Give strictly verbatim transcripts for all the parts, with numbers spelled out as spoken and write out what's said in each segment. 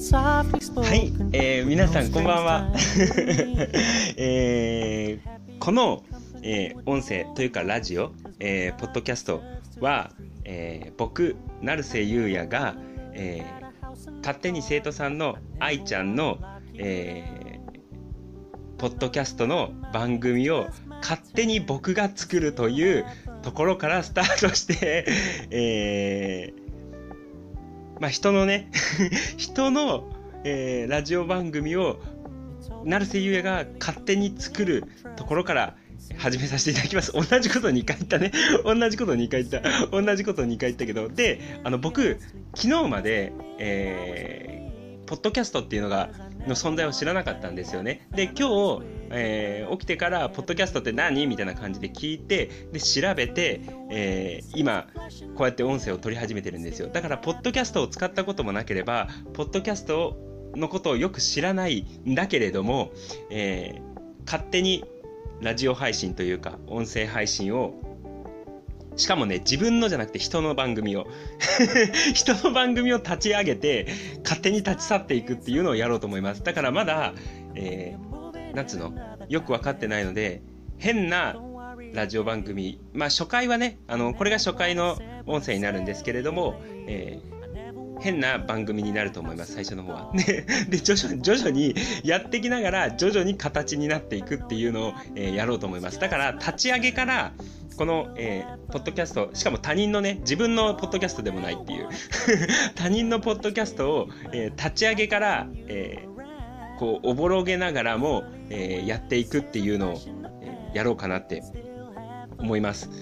はい、えー、皆さんこんばんは、えー、この、えー、音声というかラジオ、えー、ポッドキャストは、えー、僕成瀬優也が、えー、勝手に生徒さんの愛ちゃんの、えー、ポッドキャストの番組を勝手に僕が作るというところからスタートして、えーまあ、人のね人の、えー、ラジオ番組を成瀬優也が勝手に作るところから始めさせていただきます。同じことにかい言ったね同じことにかい言った同じことにかい言ったけど、であの僕昨日まで、えー、ポッドキャストっていうのがの存在を知らなかったんですよね。で今日、えー、起きてからポッドキャストって何みたいな感じで聞いて、で調べて、えー、今こうやって音声を取り始めてるんですよ。だからポッドキャストを使ったこともなければポッドキャストのことをよく知らないんだけれども、えー、勝手にラジオ配信というか音声配信を、しかもね自分のじゃなくて人の番組を人の番組を立ち上げて勝手に立ち去っていくっていうのをやろうと思います。だからまだ、えー、なんつうのよく分かってないので、変なラジオ番組、まあ初回はね、あのこれが初回の音声になるんですけれども、えー、変な番組になると思います。最初の方はで, で徐々に徐々にやっていきながら徐々に形になっていくっていうのを、えー、やろうと思います。だから立ち上げからこの、えー、ポッドキャスト、しかも他人のね、自分のポッドキャストでもないっていう他人のポッドキャストを、えー、立ち上げから、えー、こうおぼろげながらも、えー、やっていくっていうのを、えー、やろうかなって思います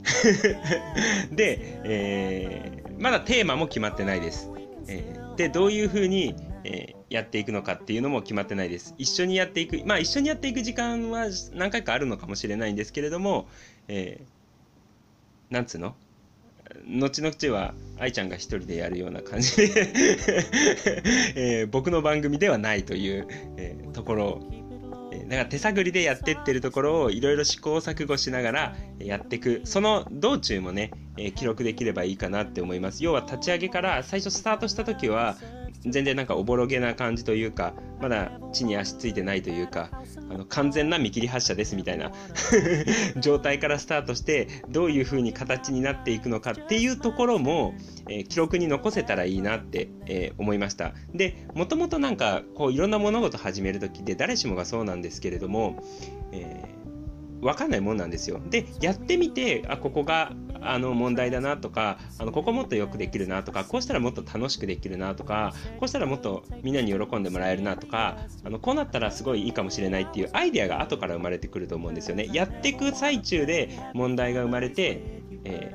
で、えー、まだテーマも決まってないです、えー、でどういう風に、えー、やっていくのかっていうのも決まってないです。一緒にやっていく、まあ一緒にやっていく時間は何回かあるのかもしれないんですけれども、えー、なんつうの後々は愛ちゃんが一人でやるような感じで、えー、僕の番組ではないという、えー、ところを、だから手探りでやってってるところをいろいろ試行錯誤しながらやっていく、その道中もね、えー、記録できればいいかなって思います。要は立ち上げから最初スタートした時は全然なんかおぼろげな感じというか、まだ地に足ついてないというか、あの完全な見切り発車ですみたいな状態からスタートして、どういう風に形になっていくのかっていうところも、えー、記録に残せたらいいなって、えー、思いました。でもともとなんかこういろんな物事始める時って誰しもがそうなんですけれども、えー分かんないもんなんですよ。でやってみて、あここがあの問題だなとか、あのここもっとよくできるなとか、こうしたらもっと楽しくできるなとか、こうしたらもっとみんなに喜んでもらえるなとか、あのこうなったらすごいいいかもしれないっていうアイデアが後から生まれてくると思うんですよね。やっていく最中で問題が生まれて、え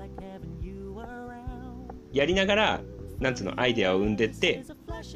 ー、やりながらなんつうのアイデアを生んでって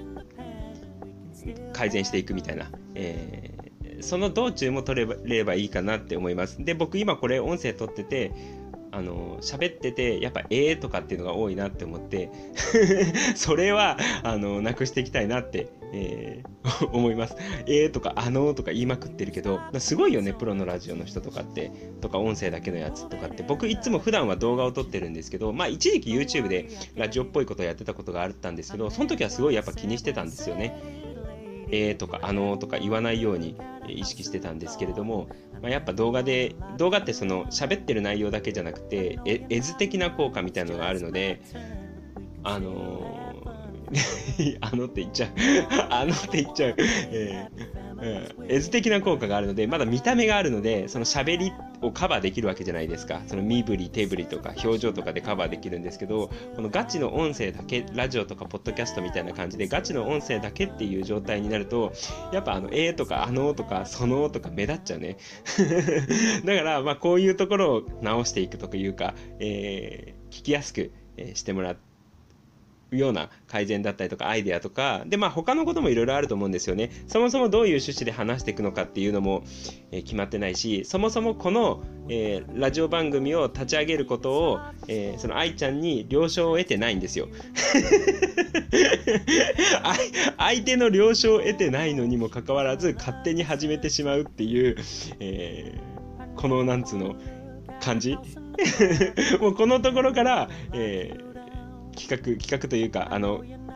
改善していくみたいな、えーその道中も取れればいいかなって思います。で僕今これ音声取ってて、あの喋っててやっぱえーとかっていうのが多いなって思ってそれはあのなくしていきたいなって、えー、思います。えーとかあのーとか言いまくってるけど、すごいよねプロのラジオの人とかってとか音声だけのやつとかって。僕いつも普段は動画を撮ってるんですけど、まあ一時期 YouTube でラジオっぽいことをやってたことがあったんですけど、その時はすごいやっぱ気にしてたんですよね。えーとかあのーとか言わないように意識してたんですけれども、まあ、やっぱ動画で動画ってその喋ってる内容だけじゃなくてえ絵図的な効果みたいなのがあるので、あのー、あのって言っちゃうあのって言っちゃう、えーうん、絵図的な効果があるので、まだ見た目があるのでその喋りをカバーできるわけじゃないですか。その身振り手振りとか表情とかでカバーできるんですけど、このガチの音声だけ、ラジオとかポッドキャストみたいな感じでガチの音声だけっていう状態になると、やっぱあのえーとかあのーとかそのーとか目立っちゃうねだからまあこういうところを直していくというか、えー、聞きやすくしてもらってような改善だったりとかアイデアとかで、まあ他のこともいろいろあると思うんですよね。そもそもどういう趣旨で話していくのかっていうのも、えー、決まってないし、そもそもこの、えー、ラジオ番組を立ち上げることを、えー、その愛ちゃんに了承を得てないんですよ相手の了承を得てないのにもかかわらず勝手に始めてしまうっていう、えー、このなんつうの感じもうこのところから、えー企画企画というか、あの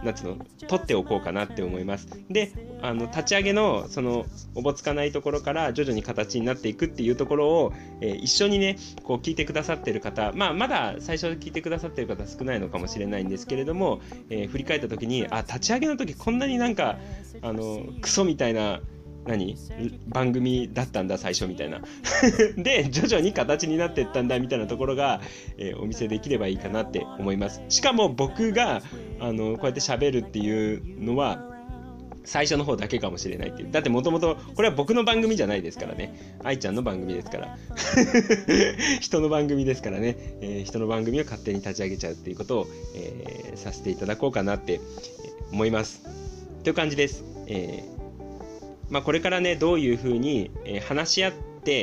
なんつうの取っておこうかなって思います。で、あの立ち上げのそのおぼつかないところから徐々に形になっていくっていうところを、えー、一緒にねこう聞いてくださってる方、まあまだ最初聞いてくださってる方少ないのかもしれないんですけれども、えー、振り返った時に、あ、立ち上げの時こんなになんかあのクソみたいな何番組だったんだ最初みたいなで徐々に形になっていったんだみたいなところが、えー、お見せできればいいかなって思います。しかも僕があのこうやって喋るっていうのは最初の方だけかもしれないっていう。だってもともとこれは僕の番組じゃないですからね、愛ちゃんの番組ですから人の番組ですからね、えー、人の番組を勝手に立ち上げちゃうっていうことを、えー、させていただこうかなって思いますという感じです。えーまあ、これからねどういうふうに、えー、話し合って、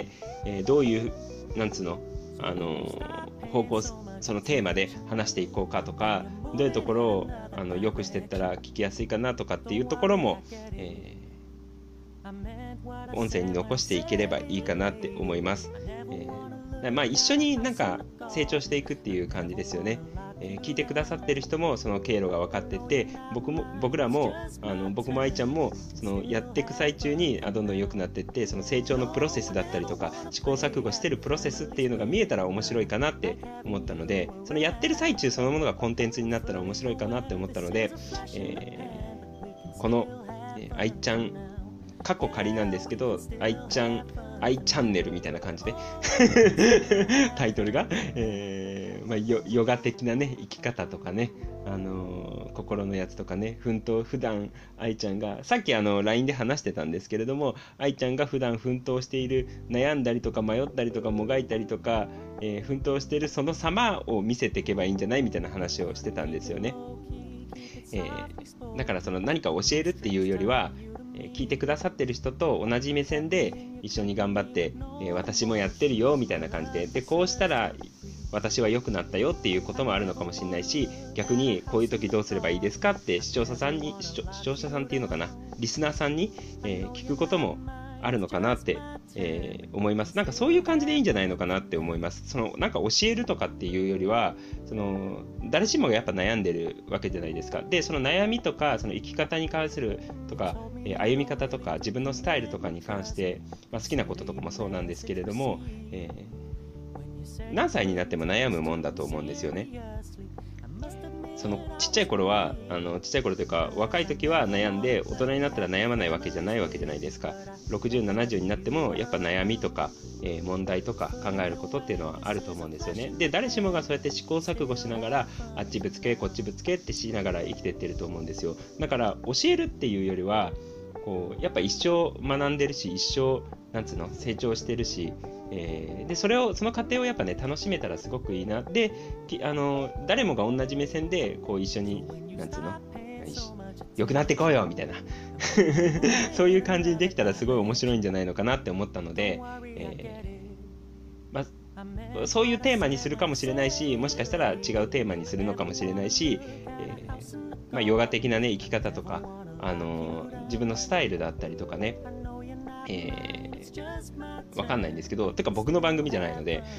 えー、どういうなんつうの、あのー、方向そのテーマで話していこうかとか、どういうところをあのよくしていったら聞きやすいかなとかっていうところも、えー、音声に残していければいいかなって思います。えー、まあ一緒になんか成長していくっていう感じですよね。えー、聞いてくださってる人もその経路が分かってて、僕も僕らもあの僕も愛ちゃんもそのやっていく最中にあどんどん良くなっていって、その成長のプロセスだったりとか試行錯誤してるプロセスっていうのが見えたら面白いかなって思ったので、そのやってる最中そのものがコンテンツになったら面白いかなって思ったので、えー、この、えー、愛ちゃん過去仮なんですけど、愛ちゃん愛チャンネルみたいな感じでタイトルが、えーまあ、ヨ, ヨガ的なね生き方とかね、あのー、心のやつとかね、奮闘普段愛ちゃんがさっきあの ライン で話してたんですけれども、愛ちゃんが普段奮闘している、悩んだりとか迷ったりとかもがいたりとか、えー、奮闘しているその様を見せていけばいいんじゃないみたいな話をしてたんですよね。えー、だからその何か教えるっていうよりは、聞いてくださってる人と同じ目線で一緒に頑張って、えー、私もやってるよみたいな感じで、でこうしたら私は良くなったよっていうこともあるのかもしれないし、逆にこういう時どうすればいいですかって視聴者さんに視聴、視聴者さんっていうのかな、リスナーさんに、えー、聞くこともあるのかなって、えー、思います。なんかそういう感じでいいんじゃないのかなって思います。そのなんか教えるとかっていうよりは、その誰しもがやっぱ悩んでるわけじゃないですか。でその悩みとかその生き方に関するとか、えー、歩み方とか自分のスタイルとかに関して、まあ、好きなこととかもそうなんですけれども、えー、何歳になっても悩むもんだと思うんですよね。そのちっちゃい頃はあのちっちゃい頃というか若い時は悩んで、大人になったら悩まないわけじゃないわけじゃないですか。ろくじゅう、ななじゅうになってもやっぱ悩みとか、えー、問題とか考えることっていうのはあると思うんですよね。で誰しもがそうやって試行錯誤しながら、あっちぶつけこっちぶつけってしながら生きていってると思うんですよ。だから教えるっていうよりはこうやっぱ一生学んでるし、一生なんつうの成長してるし、えー、でそれをその過程をやっぱね楽しめたらすごくいいな。であの誰もが同じ目線でこう一緒になんつうの良くなっていこうよみたいなそういう感じにできたらすごい面白いんじゃないのかなって思ったので、えーまあ、そういうテーマにするかもしれないし、もしかしたら違うテーマにするのかもしれないし、えーまあ、ヨガ的なね生き方とか、あのー、自分のスタイルだったりとかね、えー、わかんないんですけど、てか僕の番組じゃないので、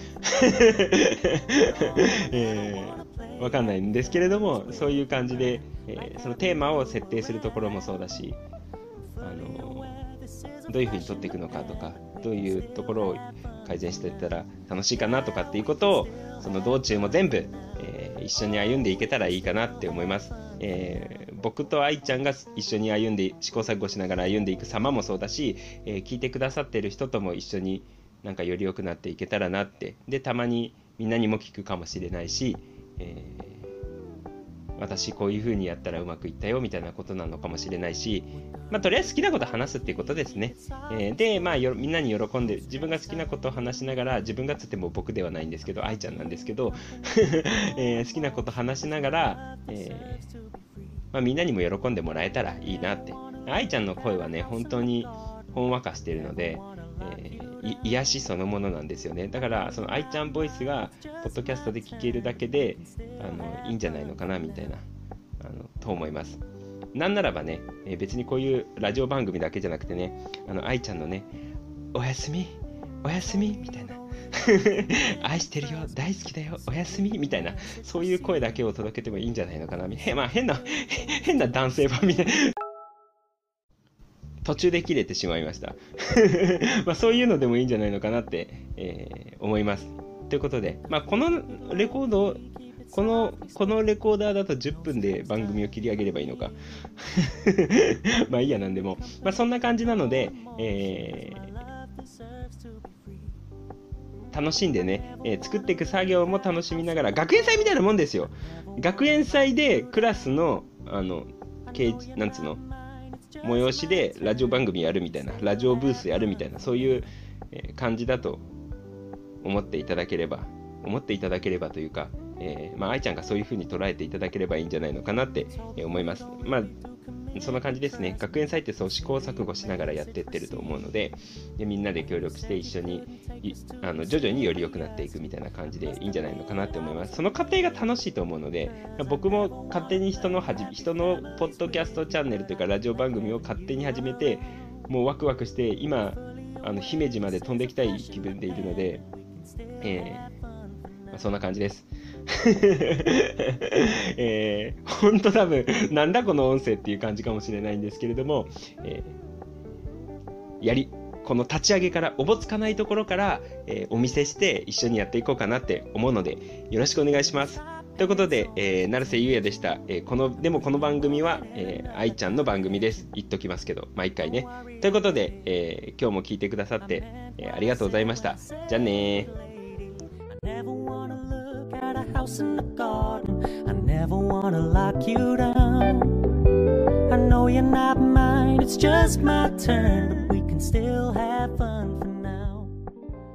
えー、わかんないんですけれども、そういう感じで、えー、そのテーマを設定するところもそうだし、あのー、どういうふうに取っていくのかとか、どういうところを改善していったら楽しいかなとかっていうことを、その道中も全部、えー、一緒に歩んでいけたらいいかなって思います。えー、僕と愛ちゃんが一緒に歩んで試行錯誤しながら歩んでいく様もそうだし、えー、聞いてくださっている人とも一緒になんかより良くなっていけたらなって。でたまにみんなにも聞くかもしれないし、えー、私こういう風にやったらうまくいったよみたいなことなのかもしれないし、まあ、とりあえず好きなこと話すっていうことですね。えー、で、まあ、よみんなに喜んで自分が好きなことを話しながら、自分がつっても僕ではないんですけど愛ちゃんなんですけど、えー、好きなこと話しながら、えーまあ、みんなにも喜んでもらえたらいいなって。愛ちゃんの声はね本当にほんわかしているので、えー、癒しそのものなんですよね。だからその愛ちゃんボイスがポッドキャストで聞けるだけであのいいんじゃないのかなみたいなあのと思います。なんならばね、えー、別にこういうラジオ番組だけじゃなくてね、あの愛ちゃんのねおやすみおやすみみたいな愛してるよ、大好きだよ、おやすみみたいな、そういう声だけを届けてもいいんじゃないのかな。へ、まあ変な変な男性版みたいな。途中で切れてしまいましたまあそういうのでもいいんじゃないのかなって、えー、思います。ということで、まあ、このレコードこのこのレコーダーだとじゅっぷんで番組を切り上げればいいのかまあいいや、なんでも、まあ、そんな感じなので、えー、楽しんでね、えー、作っていく作業も楽しみながら、学園祭みたいなもんですよ。学園祭でクラスのあのなんつうの催しでラジオ番組やるみたいな、ラジオブースやるみたいな、そういう感じだと思っていただければ思っていただければというか、えー、まあ愛ちゃんがそういう風に捉えていただければいいんじゃないのかなって思います。まあそんな感じですね。学園祭ってそう試行錯誤しながらやってってると思うので、でみんなで協力して一緒にあの徐々により良くなっていくみたいな感じでいいんじゃないのかなって思います。その過程が楽しいと思うので、僕も勝手に人のはじ人のポッドキャストチャンネルというかラジオ番組を勝手に始めて、もうワクワクして今あの姫路まで飛んできたい気分でいるので、えーまあ、そんな感じですえー、ほんと多分なんだこの音声っていう感じかもしれないんですけれども、えー、やりこの立ち上げからおぼつかないところから、えー、お見せして一緒にやっていこうかなって思うのでよろしくお願いします。ということで、えー、成瀬優也でした。えー、このでもこの番組は、えー、愛ちゃんの番組です。言っときますけど毎回ね。ということで、えー、今日も聞いてくださって、えー、ありがとうございました。じゃあねー。House in the garden, I never wanna lock you down. I know you're not mine, it's just my turn, but we can still have fun.